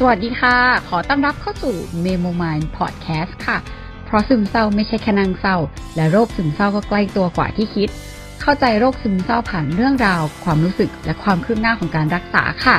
สวัสดีค่ะขอต้อนรับเข้าสู่ Memo Mind Podcast ค่ะเพราะซึมเศร้าไม่ใช่แค่นางเศร้าและโรคซึมเศร้าก็ใกล้ตัวกว่าที่คิดเข้าใจโรคซึมเศร้าผ่านเรื่องราวความรู้สึกและความคืบหน้าของการรักษาค่ะ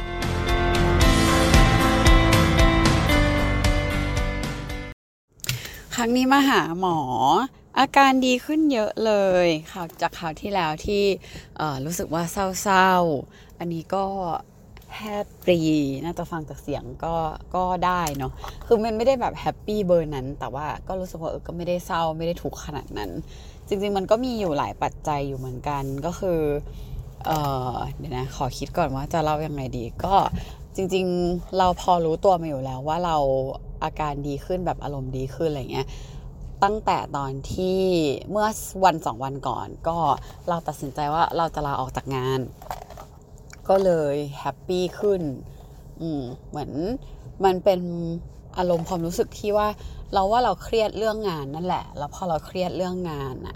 ครั้งนี้มาหาหมออาการดีขึ้นเยอะเลยจากคราวที่แล้วที่รู้สึกว่าเศร้าๆอันนี้ก็แฮปปี้น่าจะฟังจากเสียงก็ได้เนาะคือมันไม่ได้แบบแฮปปี้เบอร์นั้นแต่ว่าก็รู้สึกว่าก็ไม่ได้เศร้าไม่ได้ทุกข์ขนาดนั้นจริงๆมันก็มีอยู่หลายปัจจัยอยู่เหมือนกันก็คือเดี๋ยวนะขอคิดก่อนว่าจะเล่ายังไงดีก็จริงๆเราพอรู้ตัวมาอยู่แล้วว่าเราอาการดีขึ้นแบบอารมณ์ดีขึ้นอะไรเงี้ยตั้งแต่ตอนที่เมื่อ1-2 วันก่อนก็เราตัดสินใจว่าเราจะลาออกจากงานก็เลยแฮปปี้ขึ้นเหมือนมันเป็นอารมณ์ความรู้สึกที่ว่าเราเครียดเรื่องงานนั่นแหละแล้วพอเราเครียดเรื่องงานอ่ะ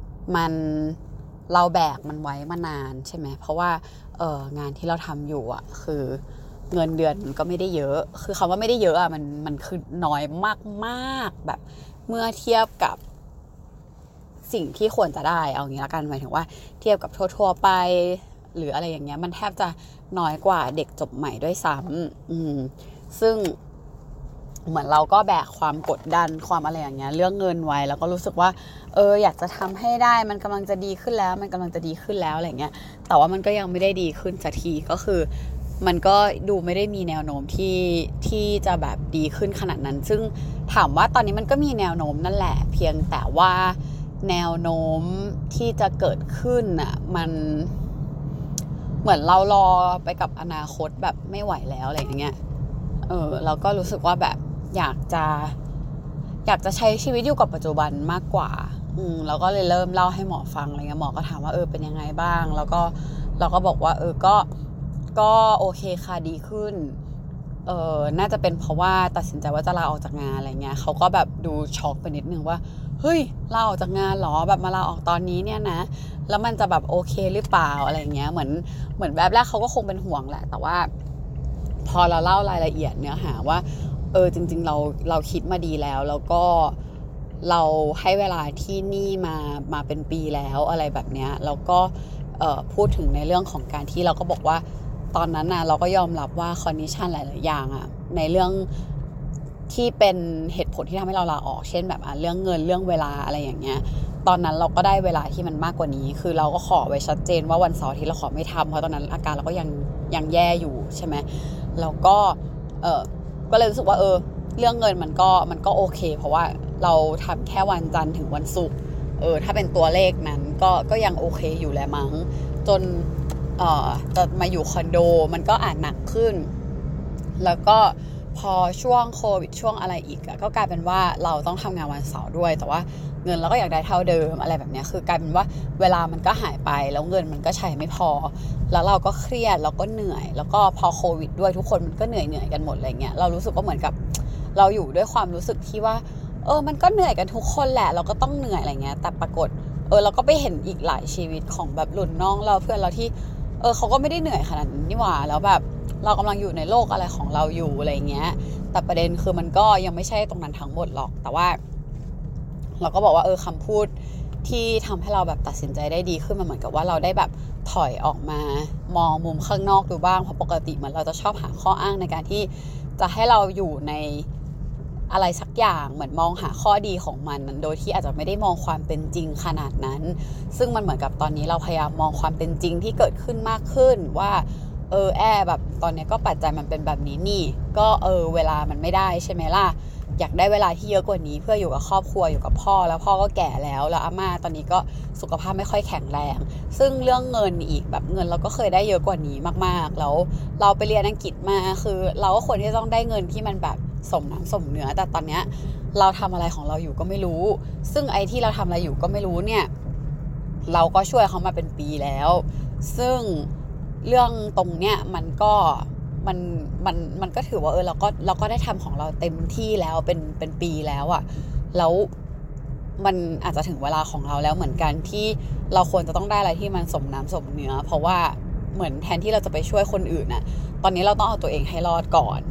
เราแบกมันไว้มานานใช่ไหมเพราะว่างานที่เราทำอยู่อ่ะคือเงินเดือนมันก็ไม่ได้เยอะคือคำว่าไม่ได้เยอะอ่ะมันคือน้อยมากๆแบบเมื่อเทียบกับสิ่งที่ควรจะได้เอางี้ละกันหมายถึงว่าเทียบกับทั่วๆไปหรืออะไรอย่างเงี้ยมันแทบจะน้อยกว่าเด็กจบใหม่ด้วยซ้ำซึ่งเหมือนเราก็แบกความกดดันความอะไรอย่างเงี้ยเรื่องเงินไว้แล้วก็รู้สึกว่าอยากจะทำให้ได้มันกำลังจะดีขึ้นแล้วอะไรเงี้ยแต่ว่ามันก็ยังไม่ได้ดีขึ้นสักทีก็คือมันก็ดูไม่ได้มีแนวโน้มที่จะแบบดีขึ้นขนาดนั้นซึ่งถามว่าตอนนี้มันก็มีแนวโน้มนั่นแหละเพียงแต่ว่าแนวโน้มที่จะเกิดขึ้นน่ะมันเหมือนเรารอไปกับอนาคตแบบไม่ไหวแล้วอะไรอย่างเงี้ยเราก็รู้สึกว่าแบบอยากจะใช้ชีวิตอยู่กับปัจจุบันมากกว่าแล้วก็เลยเริ่มเล่าให้หมอฟังอะไรเงี้ยหมอก็ถามว่าเป็นยังไงบ้างแล้วก็เราก็บอกว่าก็โอเคค่ะดีขึ้นน่าจะเป็นเพราะว่าตัดสินใจว่าจะลาออกจากงานอะไรเงี้ยเขาก็แบบดูช็อกไปนิดนึงว่าเฮ้ยลาออกจากงานเหรอแบบมาลาออกตอนนี้เนี่ยนะแล้วมันจะแบบโอเคหรือเปล่าอะไรเงี้ยเหมือนแบบแรกเขาก็คงเป็นห่วงแหละแต่ว่าพอเราเล่ารายละเอียดเนื้อหาว่าจริงๆเราคิดมาดีแล้วก็เราให้เวลาที่นี่มาเป็นปีแล้วอะไรแบบเนี้ยแล้วก็พูดถึงในเรื่องของการที่เราก็บอกว่าตอนนั้นน่ะเราก็ยอมรับว่าคอนดิชันหลายๆอย่างอ่ะในเรื่องที่เป็นเหตุผลที่ทำให้เราลาออกเช่นแบบเรื่องเงินเรื่องเวลาอะไรอย่างเงี้ยตอนนั้นเราก็ได้เวลาที่มันมากกว่านี้คือเราก็ขอไว้ชัดเจนว่าวันเสาร์อาทิตย์เราขอไม่ทำเพราะตอนนั้นอาการเราก็ยังแย่อยู่ใช่ไหมแล้วก็ก็เลยรู้สึกว่าเรื่องเงินมันก็โอเคเพราะว่าเราทำแค่วันจันทร์ถึงวันศุกร์ถ้าเป็นตัวเลขนั้นก็ยังโอเคอยู่แล้วมั้งจนจะมาอยู่คอนโดมันก็อาจหนักขึ้นแล้วก็พอช่วงโควิดช่วงอะไรอีกก็กลายเป็นว่าเราต้องทำงานวันเสาร์ด้วยแต่ว่าเงินเราก็อยากได้เท่าเดิมอะไรแบบนี้คือกลายเป็นว่าเวลามันก็หายไปแล้วเงินมันก็ใช้ไม่พอแล้วเราก็เครียดเราก็เหนื่อยแล้วก็พอโควิดด้วยทุกคนมันก็เหนื่อยกันหมดอะไรเงี้ยเรารู้สึกว่าเหมือนกับเราอยู่ด้วยความรู้สึกที่ว่ามันก็เหนื่อยกันทุกคนแหละเราก็ต้องเหนื่อยอะไรเงี้ยแต่ปรากฏเราก็ไปเห็นอีกหลายชีวิตของแบบรุ่นน้องเราเพื่อนเราที่เขาก็ไม่ได้เหนื่อยขนาดนี้นี่หว่าแล้วแบบเรากำลังอยู่ในโลกอะไรของเราอยู่อะไรเงี้ยแต่ประเด็นคือมันก็ยังไม่ใช่ตรงนั้นทั้งหมดหรอกแต่ว่าเราก็บอกว่าคำพูดที่ทำให้เราแบบตัดสินใจได้ดีขึ้นมันเหมือนกับว่าเราได้แบบถอยออกมามองมุมข้างนอกดูบ้างเพราะปกติเหมือนเราจะชอบหาข้ออ้างในการที่จะให้เราอยู่ในอะไรสักอย่างเหมือนมองหาข้อดีของมันโดยที่อาจจะไม่ได้มองความเป็นจริงขนาดนั้นซึ่งมันเหมือนกับตอนนี้เราพยายามมองความเป็นจริงที่เกิดขึ้นมากขึ้นว่าแบบตอนนี้ก็ปัจจัยมันเป็นแบบนี้นี่ก็เวลามันไม่ได้ใช่ไหมล่ะอยากได้เวลาที่เยอะกว่านี้เพื่ออยู่กับครอบครัวอยู่กับพ่อแล้วพ่อก็แก่แล้วอาม่าตอนนี้ก็สุขภาพไม่ค่อยแข็งแรงซึ่งเรื่องเงินอีกแบบเงินเราก็เคยได้เยอะกว่านี้มากๆแล้วเราไปเรียนอังกฤษมาคือเราก็ควรที่จะต้องได้เงินที่มันแบบสมน้ำสมเนื้อแต่ตอนเนี้ยเราทำอะไรของเราอยู่ก็ไม่รู้ซึ่งไอ้ที่เราทำอะไรอยู่ก็ไม่รู้เนี่ยเราก็ช่วยเขามาเป็นปีแล้วซึ่งเรื่องตรงเนี้ยมันก็ถือว่าเราก็ได้ทำของเราเต็มที่แล้วเป็นปีแล้วอ่ะแล้วมันอาจจะถึงเวลาของเราแล้วเหมือนกันที่เราควรจะต้องได้อะไรที่มันสมน้ำสมเนื้อเพราะว่าเหมือนแทนที่เราจะไปช่วยคนอื่นน่ะตอนนี้เราต้องเอาตัวเองให้รอดก่อน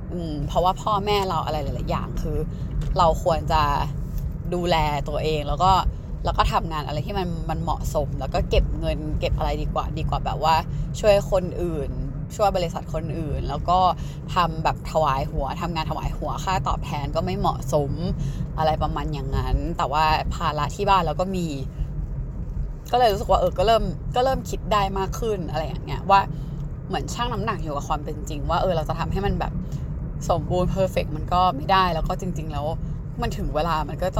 เพราะว่าพ่อแม่เราอะไรหลายๆอย่างคือเราควรจะดูแลตัวเองแล้วก็ทำงานอะไรที่มันเหมาะสมแล้วก็เก็บเงินเก็บอะไรดีกว่าแบบว่าช่วยคนอื่นช่วยบริษัทคนอื่นแล้วก็ทำแบบทำงานถวายหัวค่าตอบแทนก็ไม่เหมาะสมอะไรประมาณอย่างนั้นแต่ว่าภาระที่บ้านเราก็มีก็เลยรู้สึกว่าก็เริ่มคิดได้มากขึ้นอะไรอย่างเงี้ยว่าเหมือนชั่งน้ำหนักอยู่กับความเป็นจริงว่าเราจะทำให้มันแบบสมบูรณ์เพอร์เฟกต์มันก็ไม่ได้แล้วก็จริงๆแล้วมันถึงเวลามันก็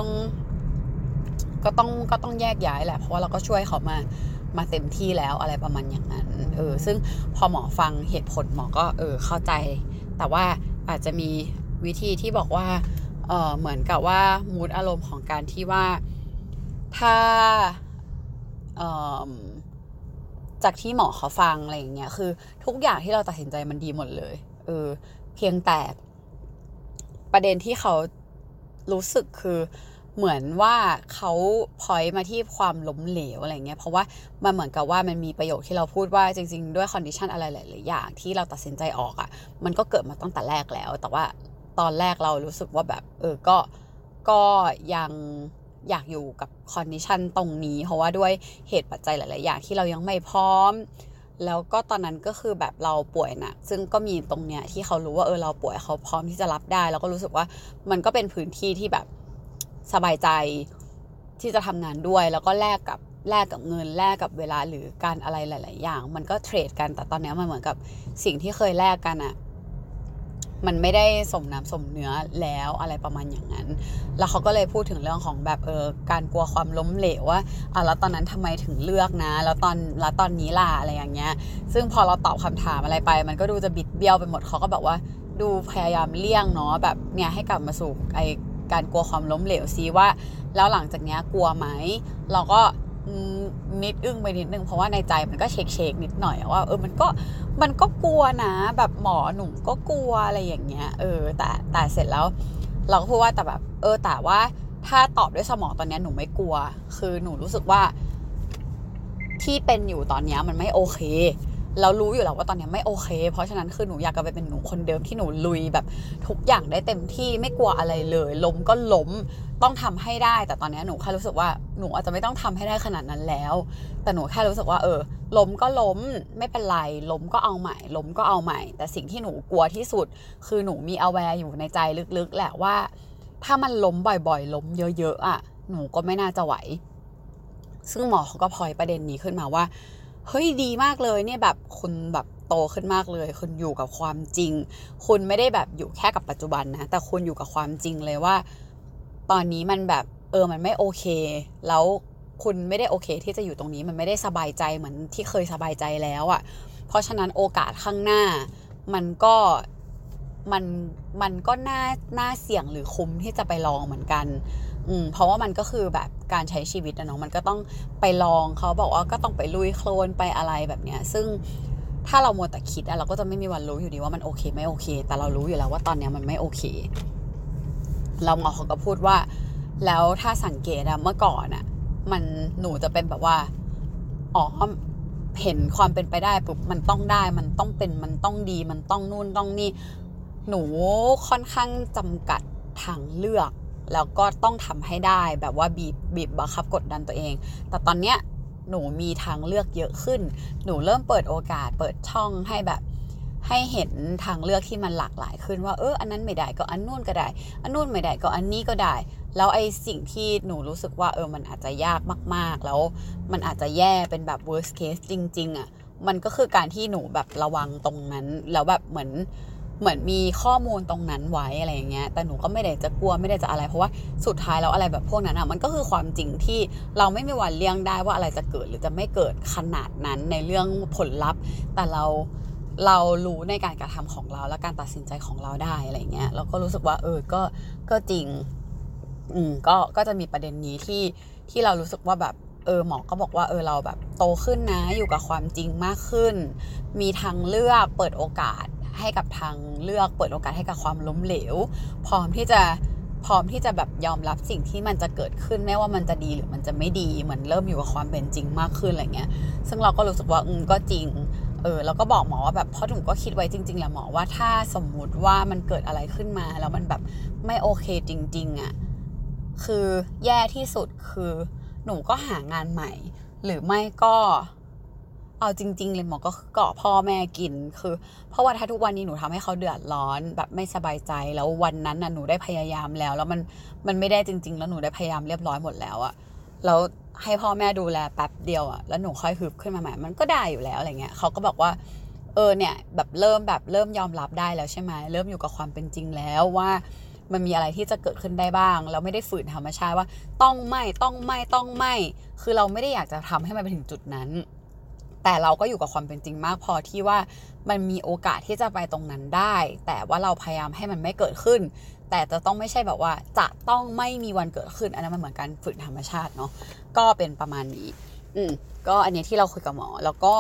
ต้องแยกย้ายแหละเพราะว่าเราก็ช่วยเขามาเต็มที่แล้วอะไรประมาณอย่างนั้นซึ่งพอหมอฟังเหตุผลหมอก็เข้าใจแต่ว่าอาจจะมีวิธีที่บอกว่าเหมือนกับว่ามูดอารมณ์ของการที่ว่าถ้าจากที่หมอเขาฟังอะไรอย่างเงี้ยคือทุกอย่างที่เราตัดสินใจมันดีหมดเลยเพียงแต่ประเด็นที่เขารู้สึกคือเหมือนว่าเขาพอยต์มาที่ความล้มเหลวอะไรเงี้ยเพราะว่ามันเหมือนกับว่ามันมีประโยคที่เราพูดว่าจริงๆด้วยคอนดิชันอะไรหลายๆอย่างที่เราตัดสินใจออกอ่ะมันก็เกิดมาตั้งแต่แรกแล้วแต่ว่าตอนแรกเรารู้สึกว่าแบบก็ยังอยากอยู่กับคอนดิชันตรงนี้เพราะว่าด้วยเหตุปัจจัยหลายๆอย่างที่เรายังไม่พร้อมแล้วก็ตอนนั้นก็คือแบบเราป่วยหนักซึ่งก็มีตรงเนี้ยที่เขารู้ว่าเราป่วยเขาพร้อมที่จะรับได้แล้วก็รู้สึกว่ามันก็เป็นพื้นที่ที่แบบสบายใจที่จะทำงานด้วยแล้วก็แลกกับเงินแลกกับเวลาหรือการอะไรหลายๆอย่างมันก็เทรดกันแต่ตอนนี้มันเหมือนกับสิ่งที่เคยแลกกันอะมันไม่ได้สมน้ำสมเนื้อแล้วอะไรประมาณอย่างนั้นแล้วเขาก็เลยพูดถึงเรื่องของแบบการกลัวความล้มเหลวว่าแล้วตอนนั้นทำไมถึงเลือกนะแล้วตอนนี้ล่ะอะไรอย่างเงี้ยซึ่งพอเราตอบคำถามอะไรไปมันก็ดูจะบิดเบี้ยวไปหมดเขาก็แบบว่าดูพยายามเลี่ยงเนาะแบบเนี่ยให้กลับมาสู่การกลัวความล้มเหลวซิว่าแล้วหลังจากนี้กลัวไหมเราก็นิดอึ้งไปนิดนึงเพราะว่าในใจมันก็เช็คนิดหน่อยว่ามันก็กลัวนะแบบหมอหนุ่มก็กลัวอะไรอย่างเงี้ยแต่เสร็จแล้วเราก็พูดว่าแต่แบบแต่ว่าถ้าตอบด้วยสมองตอนนี้หนูไม่กลัวคือหนูรู้สึกว่าที่เป็นอยู่ตอนนี้มันไม่โอเคเรารู้อยู่แล้วว่าตอนนี้ไม่โอเคเพราะฉะนั้นคือหนูอยากกลับไปเป็นหนูคนเดิมที่หนูลุยแบบทุกอย่างได้เต็มที่ไม่กลัวอะไรเลยล้มก็ล้มต้องทำให้ได้แต่ตอนนี้หนูแค่รู้สึกว่าหนูอาจจะไม่ต้องทำให้ได้ขนาดนั้นแล้วแต่หนูแค่รู้สึกว่าล้มก็ล้มไม่เป็นไรล้มก็เอาใหม่ล้มก็เอาใหม่แต่สิ่งที่หนูกลัวที่สุดคือหนูมี aware อยู่ในใจลึกๆแหละว่าถ้ามันล้มบ่อยๆล้มเยอะๆอ่ะหนูก็ไม่น่าจะไหวซึ่งหมอเขาก็พอยประเด็นนี้ขึ้นมาว่าเฮ้ยดีมากเลยเนี่ยแบบคุณแบบโตขึ้นมากเลยคุณอยู่กับความจริงคุณไม่ได้แบบอยู่แค่กับปัจจุบันนะแต่คุณอยู่กับความจริงเลยว่าตอนนี้มันแบบมันไม่โอเคแล้วคุณไม่ได้โอเคที่จะอยู่ตรงนี้มันไม่ได้สบายใจเหมือนที่เคยสบายใจแล้วอ่ะเพราะฉะนั้นโอกาสข้างหน้ามันก็น่าเสี่ยงหรือคุ้มที่จะไปลองเหมือนกันเพราะว่ามันก็คือแบบการใช้ชีวิตนะเนาะมันก็ต้องไปลองเขาบอกว่าก็ต้องไปลุยโคลนไปอะไรแบบเนี้ยซึ่งถ้าเรามัวแต่คิดเราก็จะไม่มีวันรู้อยู่ดีว่ามันโอเคไม่โอเคแต่เรารู้อยู่แล้วว่าตอนนี้มันไม่โอเคแล้วหมอเขาก็พูดว่าแล้วถ้าสังเกตเมื่อก่อนหนูจะเป็นแบบว่าเห็นความเป็นไปได้ปุ๊บมันต้องได้มันต้องเป็นมันต้องดีมันต้องนู่นต้องนี่หนูค่อนข้างจำกัดทางเลือกแล้วก็ต้องทำให้ได้แบบว่าบีบบังคับกดดันตัวเองแต่ตอนเนี้ยหนูมีทางเลือกเยอะขึ้นหนูเริ่มเปิดโอกาสเปิดช่องให้แบบให้เห็นทางเลือกที่มันหลากหลายขึ้นว่าอันนั้นไม่ได้ก็อันนู่นก็ได้อันนู่นไม่ได้ก็อันนี้ก็ได้แล้วไอ้สิ่งที่หนูรู้สึกว่ามันอาจจะยากมากๆแล้วมันอาจจะแย่เป็นแบบ worst case จริงๆอ่ะมันก็คือการที่หนูแบบระวังตรงนั้นแล้วแบบเหมือนมีข้อมูลตรงนั้นไว้อะไรอย่างเงี้ยแต่หนูก็ไม่ได้จะกลัวไม่ได้จะอะไรเพราะว่าสุดท้ายแล้วอะไรแบบพวกนั้นอ่ะมันก็คือความจริงที่เราไม่มีวันเลี่ยงได้ว่าอะไรจะเกิดหรือจะไม่เกิดขนาดนั้นในเรื่องผลลัพธ์แต่เรารู้ในการกระทำของเราและการตัดสินใจของเราได้อะไรเงี้ยเราก็รู้สึกว่าก็จริงก็จะมีประเด็นนี้ที่เรารู้สึกว่าแบบหมอก็บอกว่าเราแบบโตขึ้นนะอยู่กับความจริงมากขึ้นมีทางเลือกเปิดโอกาสให้กับทางเลือกเปิดโอกาสให้กับความล้มเหลวพร้อมที่จะแบบยอมรับสิ่งที่มันจะเกิดขึ้นไม่ว่ามันจะดีหรือมันจะไม่ดีเหมือนเริ่มอยู่กับความเป็นจริงมากขึ้นอะไรเงี้ยซึ่งเราก็รู้สึกว่าก็จริงแล้วก็บอกหมอว่าแบบเพราะหนูก็คิดไว้จริงๆแหละหมอว่าถ้าสมมุติว่ามันเกิดอะไรขึ้นมาแล้วมันแบบไม่โอเคจริงๆอ่ะคือแย่ที่สุดคือหนูก็หางานใหม่หรือไม่ก็เอาจริงๆเลยหมอก็เกาะพ่อแม่กินคือเพราะว่าถ้าทุกวันนี้หนูทำให้เขาเดือดร้อนแบบไม่สบายใจแล้ววันนั้นน่ะหนูได้พยายามแล้วมันไม่ได้จริงๆแล้วหนูได้พยายามเรียบร้อยหมดแล้วอะแล้วให้พ่อแม่ดูแลแป๊บเดียวอะแล้วหนูค่อยฮึบขึ้นมาใหม่มันก็ได้อยู่แล้วอะไรเงี้ยเขาก็บอกว่าเนี่ยแบบเริ่มยอมรับได้แล้วใช่ไหมเริ่มอยู่กับความเป็นจริงแล้วว่ามันมีอะไรที่จะเกิดขึ้นได้บ้างแล้วไม่ได้ฝืนธรรมชาติว่าต้องไม่คือเราไม่ได้อยากจะทำให้มันไปถึงจุดนั้นแต่เราก็อยู่กับความเป็นจริงมากพอที่ว่ามันมีโอกาสที่จะไปตรงนั้นได้แต่ว่าเราพยายามให้มันไม่เกิดขึ้นแต่จะต้องไม่ใช่แบบว่าจะต้องไม่มีวันเกิดขึ้นอันนั้นมันเหมือนการฝืนธรรมชาติเนาะก็เป็นประมาณนี้ก็อันนี้ที่เราคุยกับหมอแล้วก็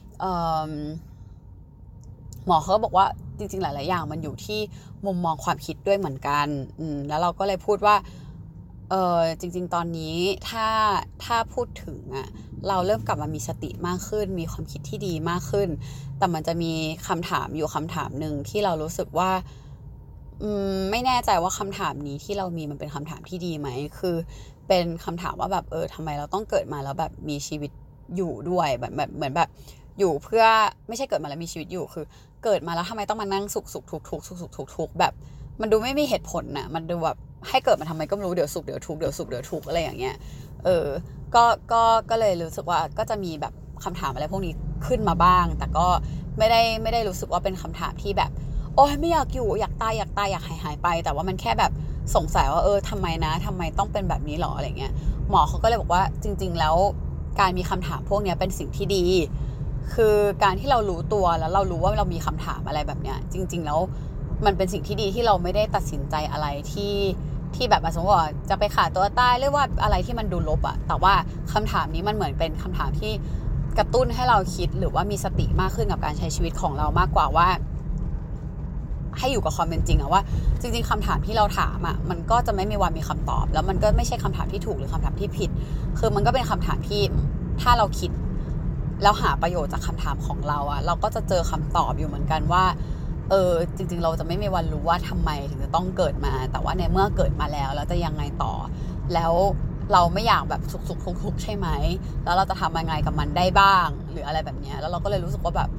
หมอเขาก็บอกว่าจริงๆหลายๆอย่างมันอยู่ที่มุมมองความคิดด้วยเหมือนกันแล้วเราก็เลยพูดว่าจริงๆตอนนี้ถ้าพูดถึงอะเราเริ่มกลับมามีสติมากขึ้นมีความคิดที่ดีมากขึ้นแต่มันจะมีคำถามอยู่คำถามหนึ่งที่เรารู้สึกว่าไม่แน่ใจว่าคำถามนี้ที่เรามีมันเป็นคำถามที่ดีไหมคือเป็นคำถามว่าแบบทำไมเราต้องเกิดมาแล้วแบบมีชีวิตอยู่ด้วยแบบเหมือนแบบอยู่เพื่อไม่ใช่เกิดมาแล้วมีชีวิตอยู่คือเกิดมาแล้วทำไมต้องมานั่งสุขทุกแบบมันดูไม่มีเหตุผลน่ะมันดูแบบให้เกิดมาทำไมก็ไม่รู้เดี๋ยวสุขเดี๋ยวทุกข์เดี๋ยวสุขเดี๋ยวทุกข์อะไรอย่างเงี้ยก็เลยรู้สึกว่าก็จะมีแบบคำถามอะไรพวกนี้ขึ้นมาบ้างแต่ก็ไม่ได้รู้สึกว่าเป็นคำถามที่แบบโอ๊ยไม่อยากอยู่อยากตายอยากหายไปแต่ว่ามันแค่แบบสงสัยว่าทำไมต้องเป็นแบบนี้หรออะไรเงี้ยหมอเขาก็เลยบอกว่าจริงๆแล้วการมีคำถามพวกนี้เป็นสิ่งที่ดีคือการที่เรารู้ตัวแล้วเรารู้ว่าเรามีคำถามอะไรแบบเนี้ยจริงๆแล้วมันเป็นสิ่งที่ดีที่เราไม่ได้ตัดสินใจอะไรที่แบบสมมติว่าจะไปฆ่าตัวตายหรือว่าอะไรที่มันดูลบอะแต่ว่าคำถามนี้มันเหมือนเป็นคำถามที่กระตุ้นให้เราคิดหรือว่ามีสติมากขึ้นกับการใช้ชีวิตของเรามากกว่าว่าให้อยู่กับความเป็นจริงอะว่าจริงๆคำถามที่เราถามอะมันก็จะไม่มีวันมีคำตอบแล้วมันก็ไม่ใช่คำถามที่ถูกหรือคำถามที่ผิดคือมันก็เป็นคำถามที่ถ้าเราคิดแล้วหาประโยชน์จากคำถามของเราอะเราก็จะเจอคำตอบอยู่เหมือนกันว่าจริงๆเราจะไม่มีวันรู้ว่าทำไมถึงจะต้องเกิดมาแต่ว่าในเมื่อเกิดมาแล้วจะยังไงต่อแล้วเราไม่อยากแบบสุขทุกข์ใช่ไหมแล้วเราจะทำยังไงกับมันได้บ้างหรืออะไรแบบนี้แล้วเราก็เลยรู้สึกว่าแบบ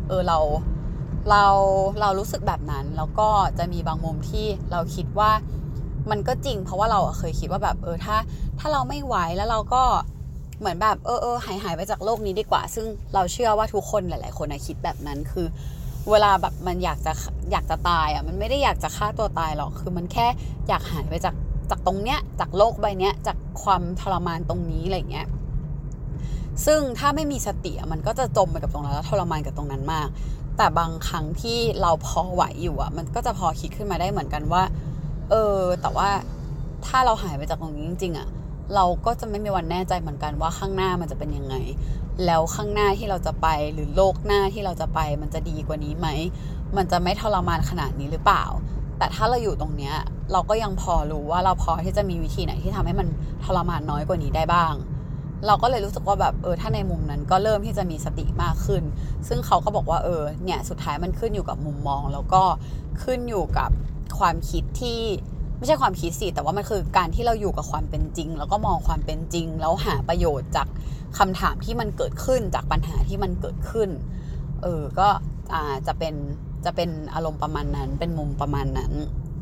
เรารู้สึกแบบนั้นแล้วก็จะมีบางมุมที่เราคิดว่ามันก็จริงเพราะว่าเราเคยคิดว่าแบบถ้าเราไม่ไหวแล้วเราก็เหมือนแบบหายไปจากโลกนี้ดีกว่าซึ่งเราเชื่อว่าทุกคนหลายๆคนคิดแบบนั้นคือเวลาแบบมันอยากจะตายอ่ะมันไม่ได้อยากจะฆ่าตัวตายหรอกคือมันแค่อยากหายไปจากตรงเนี้ยจากโลกใบเนี้ยจากความทรมานตรงนี้อะไรเงี้ยซึ่งถ้าไม่มีสติมันก็จะจมไปกับตรงนั้นแล้วทรมานกับตรงนั้นมากแต่บางครั้งที่เราพอไหวอยู่อ่ะมันก็จะพอคิดขึ้นมาได้เหมือนกันว่าแต่ว่าถ้าเราหายไปจากตรงนี้จริงๆอ่ะเราก็จะไม่มีวันแน่ใจเหมือนกันว่าข้างหน้ามันจะเป็นยังไงแล้วข้างหน้าที่เราจะไปหรือโลกหน้าที่เราจะไปมันจะดีกว่านี้ไหมมันจะไม่ทรมานขนาดนี้หรือเปล่าแต่ถ้าเราอยู่ตรงเนี้ยเราก็ยังพอรู้ว่าเราพอที่จะมีวิธีไหนที่ทำให้มันทรมานน้อยกว่านี้ได้บ้างเราก็เลยรู้สึกว่าแบบถ้าในมุมนั้นก็เริ่มที่จะมีสติมากขึ้นซึ่งเขาก็บอกว่าเนี่ยสุดท้ายมันขึ้นอยู่กับมุมมองแล้วก็ขึ้นอยู่กับความคิดที่ไม่ใช่ความคิดสิแต่ว่ามันคือการที่เราอยู่กับความเป็นจริงแล้วก็มองความเป็นจริงแล้วหาประโยชน์จากคำถามที่มันเกิดขึ้นจากปัญหาที่มันเกิดขึ้นก็จะเป็นอารมณ์ประมาณนั้นเป็นมุมประมาณนั้น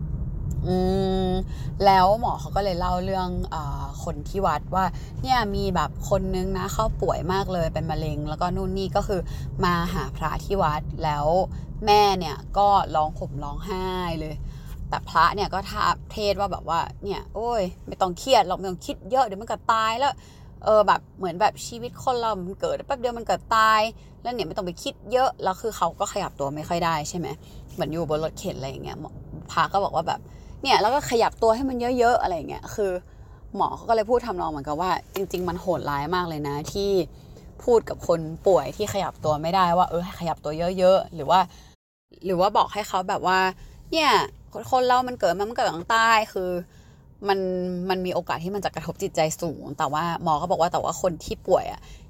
แล้วหมอเขาก็เลยเล่าเรื่องคนที่วัดว่าเนี่ยมีแบบคนนึงนะเขาป่วยมากเลยเป็นมะเร็งแล้วก็นู่นนี่ก็คือมาหาพระที่วัดแล้วแม่เนี่ยก็ร้องห่มร้องไห้เลยแต่พระเนี่ยก็เทศว่าแบบว่าเนี่ยโอ้ยไม่ต้องเครียดหรอกไม่ต้องคิดเยอะเดี๋ยวมันก็ตายแล้วแบบเหมือนแบบชีวิตคนเรามันเกิดแป๊บเดียวมันก็ตายแล้วเนี่ยไม่ต้องไปคิดเยอะแล้วคือเขาก็ขยับตัวไม่ค่อยได้ใช่ไหมเหมือนอยู่บนรถเข็นอะไรอย่างเงี้ยพระก็บอกว่าแบบเนี่ยแล้วก็ขยับตัวให้มันเยอะๆอะไรเงี้ยคือหมอเขาก็เลยพูดทำนองเหมือนกับว่าจริงๆมันโหดร้ายมากเลยนะที่พูดกับคนป่วยที่ขยับตัวไม่ได้ว่าขยับตัวเยอะๆหรือว่าบอกให้เขาแบบว่าเนี่ยคนเรามันเกิดมามันก็ต้องตายคือมันมีโอกาสที่มันจะกระทบจิตใจสูงแต่ว่าหมอก็บอกว่าแต่ว่าคนที่ป่วยอ่ะ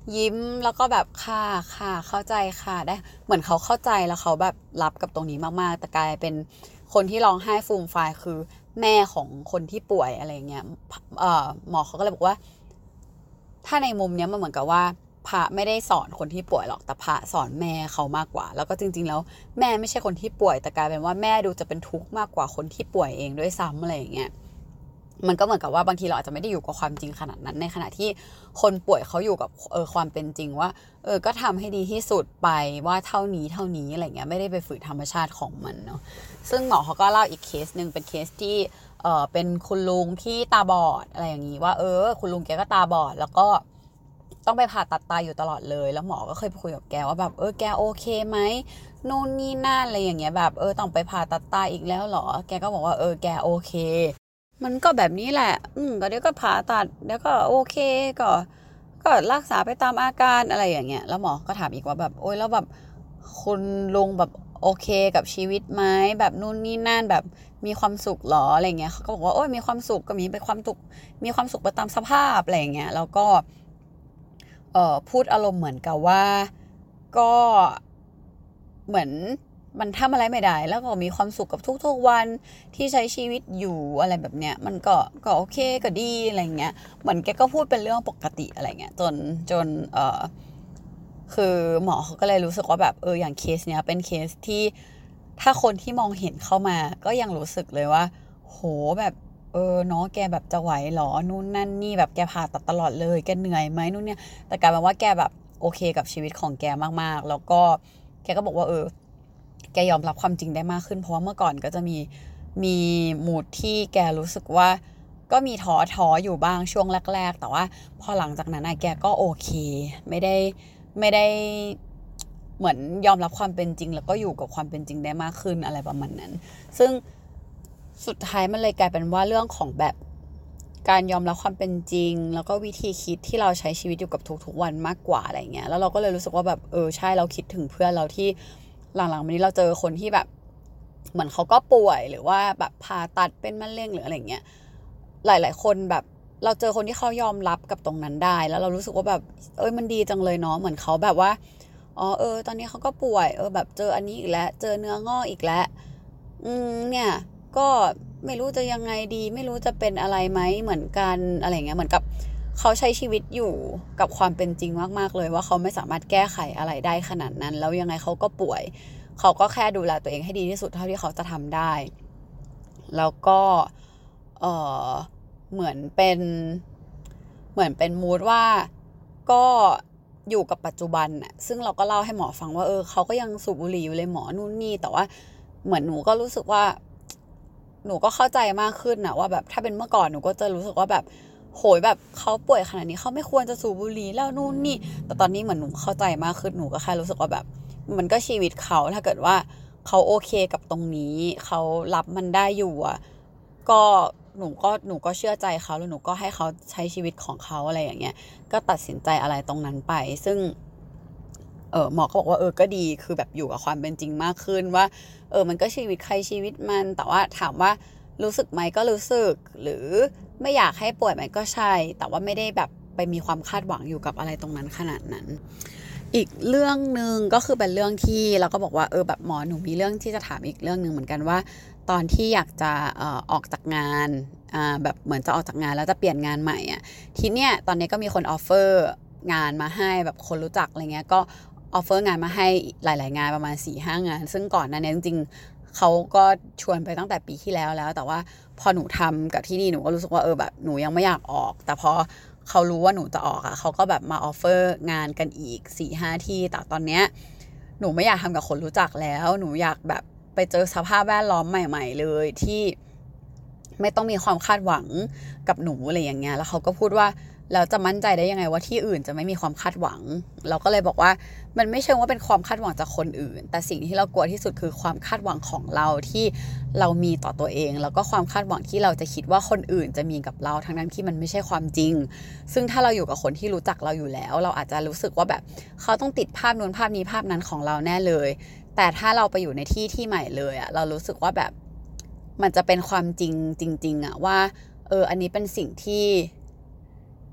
ยิ้มแล้วก็แบบค่ะค่ะเข้าใจค่ะได้เหมือนเขาเข้าใจแล้วเขาแบบรับกับตรงนี้มากๆแต่กลายเป็นคนที่ร้องไห้ฟูมฟายคือแม่ของคนที่ป่วยอะไรเงี้ยหมอเขาก็เลยบอกว่าถ้าในมุมเนี้ยมันเหมือนกับว่าพระไม่ได้สอนคนที่ป่วยหรอกแต่พระสอนแม่เขามากกว่าแล้วก็จริงๆแล้วแม่ไม่ใช่คนที่ป่วยแต่กลายเป็นว่าแม่ดูจะเป็นทุกข์มากกว่าคนที่ป่วยเองด้วยซ้ำอะไรอย่างเงี้ย มันก็เหมือนกับว่าบางทีเราอาจจะไม่ได้อยู่กับความจริงขนาดนั้นในขณะที่คนป่วยเขาอยู่กับความเป็นจริงว่าก็ทำให้ดีที่สุดไปว่าเท่านี้อะไรเงี้ยไม่ได้ไปฝืนธรรมชาติของมันเนาะซึ่งหมอเขาก็เล่าอีกเคสหนึ่งเป็นเคสที่เป็นคุณลุงที่ตาบอดอะไรอย่างนี้ว่าคุณลุงแกก็ตาบอดแล้วก็ต้องไปผ่าตัดตาอยู่ตลอดเลยแล้วหมอก็เคยคุยกับแกว่าแบบแกโอเคไหมนู่นนี่นั่นอะไรอย่างเงี้ยแบบต้องไปผ่าตัดตาอีกแล้วเหรอแกก็บอกว่าแกโอเค มันก็แบบนี้แหละก็เดี๋ยวก็ผ่าตัดเดี๋ยวก็โอเคก็รักษาไปตามอาการอะไรอย่างเงี้ยแล้วหมอก็ถามอีกว่าแบบโอ๊ยแล้วแบบคุณลุงแบบโอเคกับชีวิตไหมแบบนู่นนี่นั่นแบบมีความสุขหรออะไรเงี้ยเขาก็บอกว่าโอ้ยมีความสุขก็มีไปความสุขมีความสุขไปตามสภาพอะไรอย่างเงี้ยแล้วก็พูดอารมณ์เหมือนกับว่าก็เหมือนมันทำอะไรไม่ได้แล้วก็มีความสุขกับทุกๆวันที่ใช้ชีวิตอยู่อะไรแบบเนี้ยมันก็โอเคก็ดีอะไรเงี้ยเหมือนแกก็พูดเป็นเรื่องปกติอะไรเงี้ยจนคือหมอเขาก็เลยรู้สึกว่าแบบอย่างเคสเนี้ยเป็นเคสที่ถ้าคนที่มองเห็นเข้ามาก็ยังรู้สึกเลยว่าโหแบบเนาะแกแบบจะไหวหรอนู่นนั่นนี่แบบแกผ่าตัดตลอดเลยแกเหนื่อยไหมนู่นเนี่ยแต่กลายเป็นว่าแกแบบโอเคกับชีวิตของแกมากๆแล้วก็แกก็บอกว่าแกยอมรับความจริงได้มากขึ้นเพราะว่าเมื่อก่อนก็จะมีมูดที่แกรู้สึกว่าก็มีท้ออยู่บ้างช่วงแรกๆแต่ว่าพอหลังจากนั้นแกก็โอเคไม่ได้เหมือนยอมรับความเป็นจริงแล้วก็อยู่กับความเป็นจริงได้มากขึ้นอะไรประมาณนั้นซึ่งสุดท้ายมันเลยกลายเป็นว่าเรื่องของแบบการยอมรับความเป็นจริงแล้วก็วิธีคิดที่เราใช้ชีวิตอยู่กับทุกๆวันมากกว่าอะไรเงี้ยแล้วเราก็เลยรู้สึกว่าแบบใช่เราคิดถึงเพื่อนเราที่หลังๆมานี้เราเจอคนที่แบบเหมือนเขาก็ป่วยหรือว่าแบบผ่าตัดเป็นมะเร็งหรืออะไรเงี้ยหลายๆคนแบบเราเจอคนที่เขายอมรับกับตรงนั้นได้แล้วเรารู้สึกว่าแบบมันดีจังเลยเนาะเหมือนเขาแบบว่าตอนนี้เขาก็ป่วยแบบเจออันนี้อีกแล้วเจอเนื้องอกอีกแล้วเนี่ยก็ไม่รู้จะยังไงดีไม่รู้จะเป็นอะไรไหมเหมือนกันอะไรเงี้ยเหมือนกับเขาใช้ชีวิตอยู่กับความเป็นจริงมากๆเลยว่าเขาไม่สามารถแก้ไขอะไรได้ขนาดนั้นแล้วยังไงเขาก็ป่วยเขาก็แค่ดูแลตัวเองให้ดีที่สุดเท่าที่เขาจะทำได้แล้วก็เออเหมือนเป็นมูดว่าก็อยู่กับปัจจุบันน่ะซึ่งเราก็เล่าให้หมอฟังว่าเขาก็ยังสูบบุหรี่อยู่เลยหมอนู่นนี่แต่ว่าเหมือนหนูก็รู้สึกว่าหนูก็เข้าใจมากขึ้นนะว่าแบบถ้าเป็นเมื่อก่อนหนูก็จะรู้สึกว่าแบบโหยแบบเขาป่วยขนาดนี้เขาไม่ควรจะสูบบุหรี่แล้วนู่นนี่แต่ตอนนี้เหมือนหนูเข้าใจมากขึ้นหนูก็แค่รู้สึกว่าแบบมันก็ชีวิตเขาถ้าเกิดว่าเขาโอเคกับตรงนี้เขารับมันได้อยู่อ่ะก็หนูก็เชื่อใจเขาแล้วหนูก็ให้เขาใช้ชีวิตของเขาอะไรอย่างเงี้ยก็ตัดสินใจอะไรตรงนั้นไปซึ่งหมอก็บอกว่าก็ดีคือแบบอยู่กับความเป็นจริงมากขึ้นว่ามันก็ชีวิตใครชีวิตมันแต่ว่าถามว่ารู้สึกไหมก็รู้สึกหรือไม่อยากให้ป่วยไหมก็ใช่แต่ว่าไม่ได้แบบไปมีความคาดหวังอยู่กับอะไรตรงนั้นขนาดนั้นอีกเรื่องนึงก็คือเป็นเรื่องที่เราก็บอกว่าแบบหมอหนูมีเรื่องที่จะถามอีกเรื่องนึงเหมือนกันว่าตอนที่อยากจะออกจากงานแบบเหมือนจะออกจากงานแล้วจะเปลี่ยนงานใหม่อ่ะทีเนี้ยตอนนี้ก็มีคนออฟเฟอร์งานมาให้แบบคนรู้จักอะไรเงี้ยก็ออฟเฟอร์งานมาให้หลายๆงานประมาณ 4-5 งานซึ่งก่อนหน้านี้จริงๆเขาก็ชวนไปตั้งแต่ปีที่แล้วแต่ว่าพอหนูทำกับที่นี่หนูก็รู้สึกว่าแบบหนูยังไม่อยากออกแต่พอเขารู้ว่าหนูจะออกอ่ะเขาก็แบบมาออฟเฟอร์งานกันอีก 4-5 ที่แต่ตอนเนี้ยหนูไม่อยากทำกับคนรู้จักแล้วหนูอยากแบบไปเจอสภาพแวดล้อมใหม่ๆเลยที่ไม่ต้องมีความคาดหวังกับหนูอะไรอย่างเงี้ยแล้วเขาก็พูดว่าเราจะมั่นใจได้ยังไงว่าที่อื่นจะไม่มีความคาดหวังเราก็เลยบอกว่ามันไม่เชิงว่าเป็นความคาดหวังจากคนอื่นแต่สิ่งที่เรากลัวที่สุดคือความคาดหวังของเราที่เรามีต่อตัวเองแล้วก็ความคาดหวังที่เราจะคิดว่าคนอื่นจะมีกับเราทั้งนั้นที่มันไม่ใช่ความจริงซึ่งถ้าเราอยู่กับคนที่รู้จักเราอยู่แล้วเราอาจจะรู้สึกว่าแบบเขาต้องติดภาพนู้นภาพนี้ภาพนั้นของเราแน่เลยแต่ถ้าเราไปอยู่ในที่ใหม่เลยเรารู้สึกว่าแบบมันจะเป็นความจริงจริงๆว่าอันนี้เป็นสิ่งที่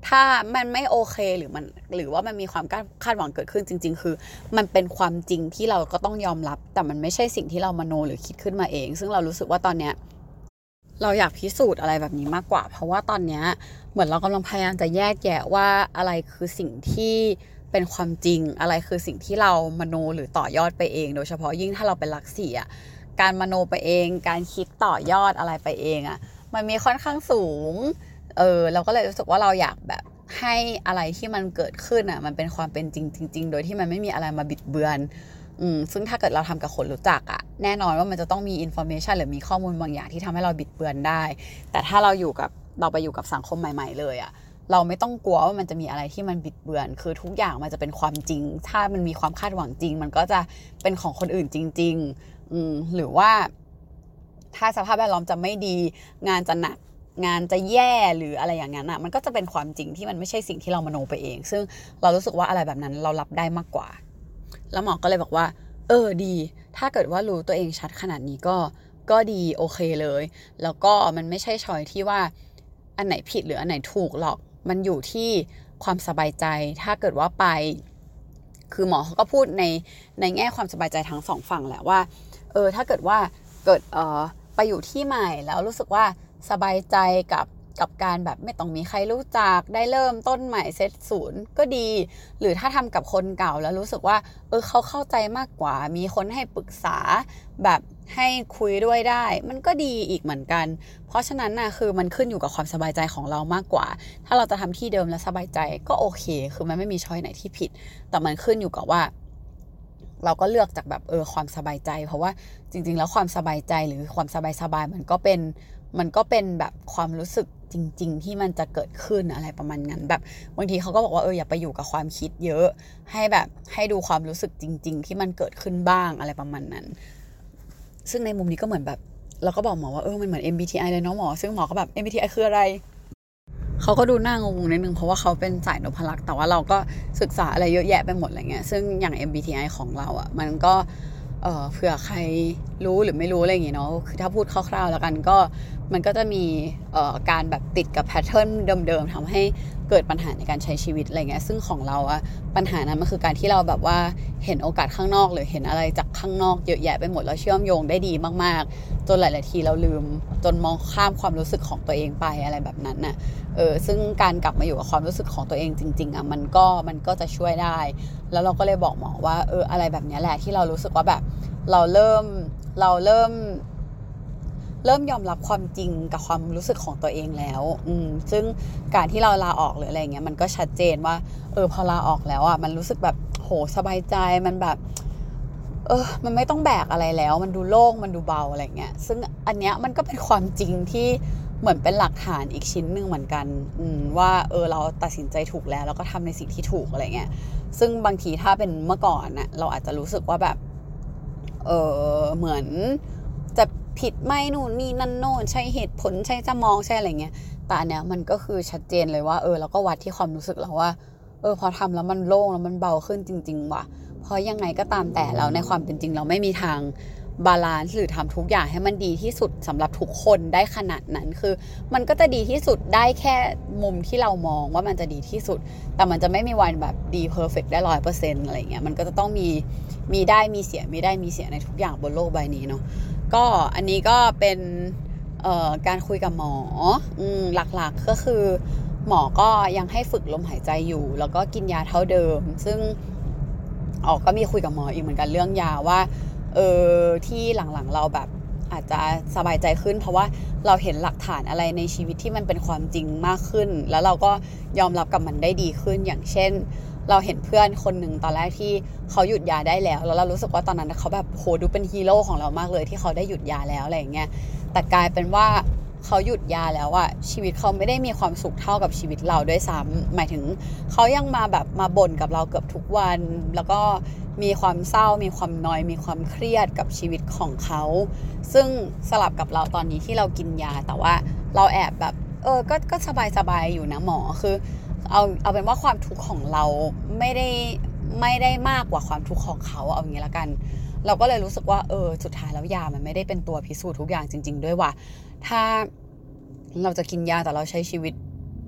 ถ้ามันไม่โอเคหรือว่ามันมีความคาดหวังเกิดขึ้นจริงๆคือมันเป็นความจริงที่เราก็ต้องยอมรับแต่มันไม่ใช่สิ่งที่เรามโนหรือคิดขึ้นมาเองซึ่งเรารู้สึกว่าตอนเนี้ยเราอยากพิสูจน์อะไรแบบนี้มากกว่าเพราะว่าตอนเนี้ยเหมือนเรากำลังพยายามจะแยกแยะว่าอะไรคือสิ่งที่เป็นความจริงอะไรคือสิ่งที่เรามโนหรือต่อยอดไปเองโดยเฉพาะยิ่งถ้าเราเป็นลักษีอ่ะการมโนไปเองการคิดต่อยอดอะไรไปเองอ่ะมันมีค่อนข้างสูงเราก็เลยรู้สึกว่าเราอยากแบบให้อะไรที่มันเกิดขึ้นอ่ะมันเป็นความเป็นจริงจริงๆโดยที่มันไม่มีอะไรมาบิดเบือนซึ่งถ้าเกิดเราทำกับคนรู้จักอ่ะแน่นอนว่ามันจะต้องมีอินโฟเมชันหรือมีข้อมูลบางอย่างที่ทำให้เราบิดเบือนได้แต่ถ้าเราไปอยู่กับสังคมใหม่ๆเลยอ่ะเราไม่ต้องกลัวว่ามันจะมีอะไรที่มันบิดเบือนคือทุกอย่างมันจะเป็นความจริงถ้ามันมีความคาดหวังจริงมันก็จะเป็นของคนอื่นจริงๆหรือว่าถ้าสภาพแวดล้อมจะไม่ดีงานจะหนักงานจะแย่หรืออะไรอย่างนั้นอ่ะมันก็จะเป็นความจริงที่มันไม่ใช่สิ่งที่เรามโนไปเองซึ่งเรารู้สึกว่าอะไรแบบนั้นเรารับได้มากกว่าแล้วหมอก็เลยบอกว่าดีถ้าเกิดว่ารู้ตัวเองชัดขนาดนี้ก็ดีโอเคเลยแล้วก็มันไม่ใช่ช้อยที่ว่าอันไหนผิดหรืออันไหนถูกหรอกมันอยู่ที่ความสบายใจถ้าเกิดว่าไปคือหมอเขาก็พูดในแง่ความสบายใจทั้งสองฝั่งแหละว่าถ้าเกิดว่าเกิดไปอยู่ที่ใหม่แล้วรู้สึกว่าสบายใจกับการแบบไม่ต้องมีใครรู้จักได้เริ่มต้นใหม่เซตศูนย์ก็ดีหรือถ้าทำกับคนเก่าแล้วรู้สึกว่าเขาเข้าใจมากกว่ามีคนให้ปรึกษาแบบให้คุยด้วยได้มันก็ดีอีกเหมือนกันเพราะฉะนั้นน่ะคือมันขึ้นอยู่กับความสบายใจของเรามากกว่าถ้าเราจะทำที่เดิมแล้วสบายใจก็โอเคคือมันไม่มีช้อยไหนที่ผิดแต่มันขึ้นอยู่กับว่าเราก็เลือกจากแบบความสบายใจเพราะว่าจริงๆแล้วความสบายใจหรือความสบายมันก็เป็นแบบความรู้สึกจริงๆที่มันจะเกิดขึ้นอะไรประมาณนั้นแบบบางทีเขาก็บอกว่าอย่าไปอยู่กับความคิดเยอะให้ดูความรู้สึกจริงๆที่มันเกิดขึ้นบ้างอะไรประมาณนั้นซึ่งในมุมนี้ก็เหมือนแบบเราก็บอกหมอว่ามันเหมือน MBTI เลยเนาะหมอซึ่งหมอก็แบบ MBTI คืออะไรเขาก็ดูหน้างงนิดนึงเพราะว่าเขาเป็นสายนพลักษ์แต่ว่าเราก็ศึกษาอะไรเยอะแยะไปหมดอะไรเงี้ยซึ่งอย่าง MBTI ของเราอ่ะมันก็เผื่อใครรู้หรือไม่รู้อะไรอย่างเงี้ยเนาะคือถ้าพูดคร่าวๆแล้วกันก็มันก็จะมีการแบบติดกับแพทเทิร์นเดิมๆทำให้เกิดปัญหาในการใช้ชีวิตอะไรเงี้ยซึ่งของเราอะปัญหานั้นมันคือการที่เราแบบว่าเห็นโอกาสข้างนอกหรือเห็นอะไรจากข้างนอกเยอะแยะไปหมดแล้วเชื่อมโยงได้ดีมากๆจนหลายๆทีเราลืมจนมองข้ามความรู้สึกของตัวเองไปอะไรแบบนั้นน่ะซึ่งการกลับมาอยู่กับความรู้สึกของตัวเองจริงๆอะมันก็จะช่วยได้แล้วเราก็เลยบอกหมอว่าอะไรแบบนี้แหละที่เรารู้สึกว่าแบบเราเริ่มยอมรับความจริงกับความรู้สึกของตัวเองแล้วซึ่งการที่เราลาออกหรืออะไรเงี้ยมันก็ชัดเจนว่าพอลาออกแล้วอ่ะมันรู้สึกแบบโหสบายใจมันแบบมันไม่ต้องแบกอะไรแล้วมันดูโล่งมันดูเบาอะไรเงี้ยซึ่งอันเนี้ยมันก็เป็นความจริงที่เหมือนเป็นหลักฐานอีกชิ้นหนึ่งเหมือนกันว่าเราตัดสินใจถูกแล้วก็ทำในสิ่งที่ถูกอะไรเงี้ยซึ่งบางทีถ้าเป็นเมื่อก่อนน่ะเราอาจจะรู้สึกว่าแบบเหมือนจะผิดไม่นู่นนี่นั่นโน่นใช่เหตุผลใช่สมองใช่อะไรเงี้ยแต่อันเนี้ยมันก็คือชัดเจนเลยว่าเราก็วัดที่ความรู้สึกแล้วว่าพอทำแล้วมันโล่งแล้วมันเบาขึ้นจริงๆว่ะเพราะยังไงก็ตามแต่เราในความเป็นจริงเราไม่มีทางบาลานซ์หรือทำทุกอย่างให้มันดีที่สุดสำหรับทุกคนได้ขนาดนั้นคือมันก็จะดีที่สุดได้แค่มุมที่เรามองว่ามันจะดีที่สุดแต่มันจะไม่มีวันแบบดีเพอร์เฟกต์ได้ 100% อะไรเงี้ยมันก็จะต้องมีได้มีเสียมีได้มีเสียในทุกอย่างบนโลกใบนี้เนาะก็อันนี้ก็เป็นการคุยกับหมอหลักๆก็คือหมอก็ยังให้ฝึกลมหายใจอยู่แล้วก็กินยาเท่าเดิมซึ่งก็มีคุยกับหมออีกเหมือนกันเรื่องยาว่าที่หลังๆเราแบบอาจจะสบายใจขึ้นเพราะว่าเราเห็นหลักฐานอะไรในชีวิตที่มันเป็นความจริงมากขึ้นแล้วเราก็ยอมรับกับมันได้ดีขึ้นอย่างเช่นเราเห็นเพื่อนคนหนึ่งตอนแรกที่เขาหยุดยาได้แล้วเรารู้สึกว่าตอนนั้นเขาแบบโหดูเป็นฮีโร่ของเรามากเลยที่เขาได้หยุดยาแล้วอะไรอย่างเงี้ยแต่กลายเป็นว่าเขาหยุดยาแล้วอะชีวิตเขาไม่ได้มีความสุขเท่ากับชีวิตเราด้วยซ้ำหมายถึงเขายังมาบ่นกับเราเกือบทุกวันแล้วก็มีความเศร้ามีความนอยมีความเครียดกับชีวิตของเขาซึ่งสลับกับเราตอนนี้ที่เรากินยาแต่ว่าเราแอบแบบก็สบายอยู่นะหมอคือเอาเป็นว่าความทุกข์ของเราไม่ได้มากกว่าความทุกข์ของเขาเอาอย่างนี้ละกันเราก็เลยรู้สึกว่าสุดท้ายแล้วยามันไม่ได้เป็นตัวพิสูจน์ทุกอย่างจริงๆด้วยว่ะถ้าเราจะกินยาแต่เราใช้ชีวิต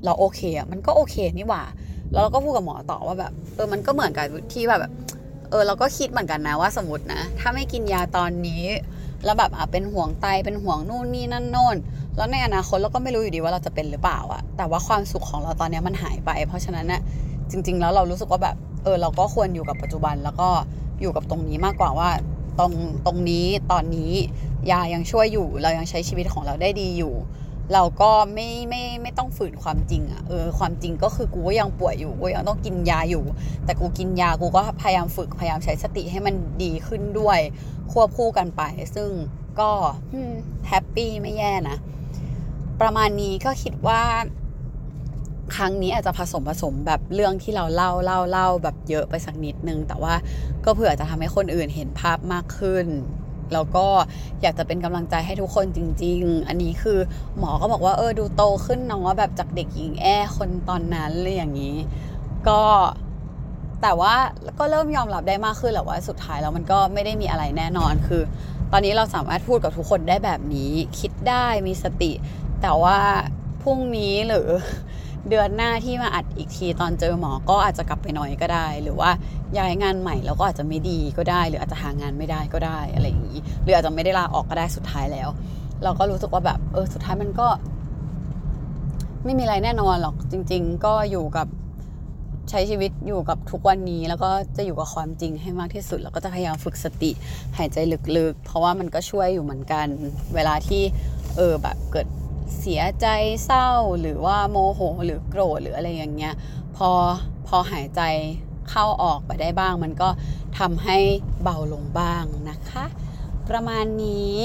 เราโอเคอ่ะมันก็โอเคนี่หว่าแล้วเราก็พูดกับหมอต่อว่าแบบมันก็เหมือนกับที่แบบเราก็คิดเหมือนกันนะว่าสมมตินะถ้าไม่กินยาตอนนี้แล้วแบบเป็นห่วงไตเป็นห่วงนู่นนี่นั่นโน่นแล้วในอนาคตเราก็ไม่รู้อยู่ดีว่าเราจะเป็นหรือเปล่าอะแต่ว่าความสุขของเราตอนนี้มันหายไปเพราะฉะนั้นเนี่ยจริงๆแล้วเรารู้สึกว่าแบบเราก็ควรอยู่กับปัจจุบันแล้วก็อยู่กับตรงนี้มากกว่าว่าตรงนี้ตอนนี้ยายังช่วยอยู่เรายังใช้ชีวิตของเราได้ดีอยู่เราก็ไม่ต้องฝืนความจริงอะความจริงก็คือกูก็ยังป่วยอยู่กูยังต้องกินยาอยู่แต่กูกินยากูก็พยายามฝึกพยายามใช้สติให้มันดีขึ้นด้วยควบคู่กันไปซึ่งก็แฮปปี้ไม่แย่นะประมาณนี้ก็คิดว่าครั้งนี้อาจจะผสมแบบเรื่องที่เราเล่าแบบเยอะไปสักนิดนึงแต่ว่าก็เผื่อจะทำให้คนอื่นเห็นภาพมากขึ้นแล้วก็อยากจะเป็นกำลังใจให้ทุกคนจริงๆอันนี้คือหมอก็บอกว่าดูโตขึ้นเนาะแบบจากเด็กหญิงคนตอนนั้นเลยอย่างนี้ก็แต่ว่าก็เริ่มยอมรับได้มากขึ้นแหละว่าสุดท้ายแล้วมันก็ไม่ได้มีอะไรแน่นอนคือตอนนี้เราสามารถพูดกับทุกคนได้แบบนี้คิดได้มีสติแต่ว่าพรุ่งนี้หรือเดือนหน้าที่มาอัดอีกทีตอนเจอหมอก็อาจจะกลับไปหน่อยก็ได้หรือว่าย้ายงานใหม่แล้วก็อาจจะไม่ดีก็ได้หรืออาจจะหางานไม่ได้ก็ได้อะไรอย่างนี้หรืออาจจะไม่ได้ลาออกก็ได้สุดท้ายแล้วเราก็รู้สึกว่าแบบสุดท้ายมันก็ไม่มีอะไรแน่นอนหรอกจริงๆก็อยู่กับใช้ชีวิตอยู่กับทุกวันนี้แล้วก็จะอยู่กับความจริงให้มากที่สุดแล้วก็จะพยายามฝึกสติหายใจลึกๆเพราะว่ามันก็ช่วยอยู่เหมือนกันเวลาที่แบบเกิดเสียใจเศร้าหรือว่าโมโหหรือโกรธหรืออะไรอย่างเงี้ยพอหายใจเข้าออกไปได้บ้างมันก็ทำให้เบาลงบ้างนะคะประมาณนี้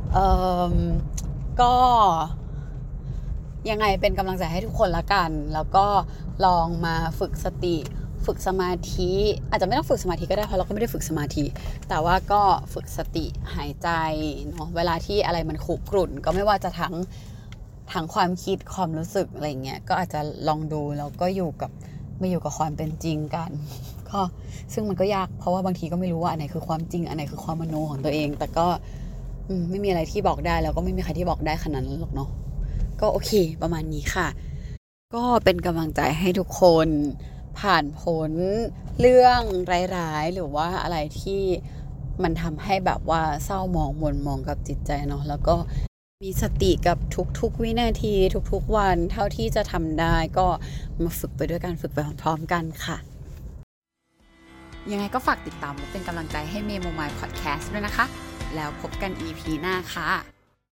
ก็ยังไงเป็นกำลังใจให้ทุกคนละกันแล้วก็ลองมาฝึกสติฝึกสมาธิอาจจะไม่ต้องฝึกสมาธิก็ได้เพราะเราก็ไม่ได้ฝึกสมาธิแต่ว่าก็ฝึกสติหายใจเนาะเวลาที่อะไรมันคุกรุ่นก็ไม่ว่าจะทั้งความคิดความรู้สึกอะไรเงี้ยก็อาจจะลองดูแล้วก็อยู่กับความเป็นจริงกันก็ซึ่งมันก็ยากเพราะว่าบางทีก็ไม่รู้ว่าอันไหนคือความจริงอันไหนคือความมโนของตัวเองแต่ก็ไม่มีอะไรที่บอกได้แล้วก็ไม่มีใครที่บอกได้ขนาดนั้นหรอกเนาะก็โอเคประมาณนี้ค่ะก็เป็นกำลังใจให้ทุกคนผ่านพ้นเรื่องร้ายๆหรือว่าอะไรที่มันทำให้แบบว่าเศร้าหมองหม่นหมองกับจิตใจเนาะแล้วก็มีสติกับทุกๆวินาทีทุกๆวันเท่าที่จะทำได้ก็มาฝึกไปด้วยกันฝึกไปพร้อมๆกันค่ะยังไงก็ฝากติดตามและเป็นกำลังใจให้เมโมมายพอดแคสต์ด้วยนะคะแล้วพบกัน EP หน้าค่ะ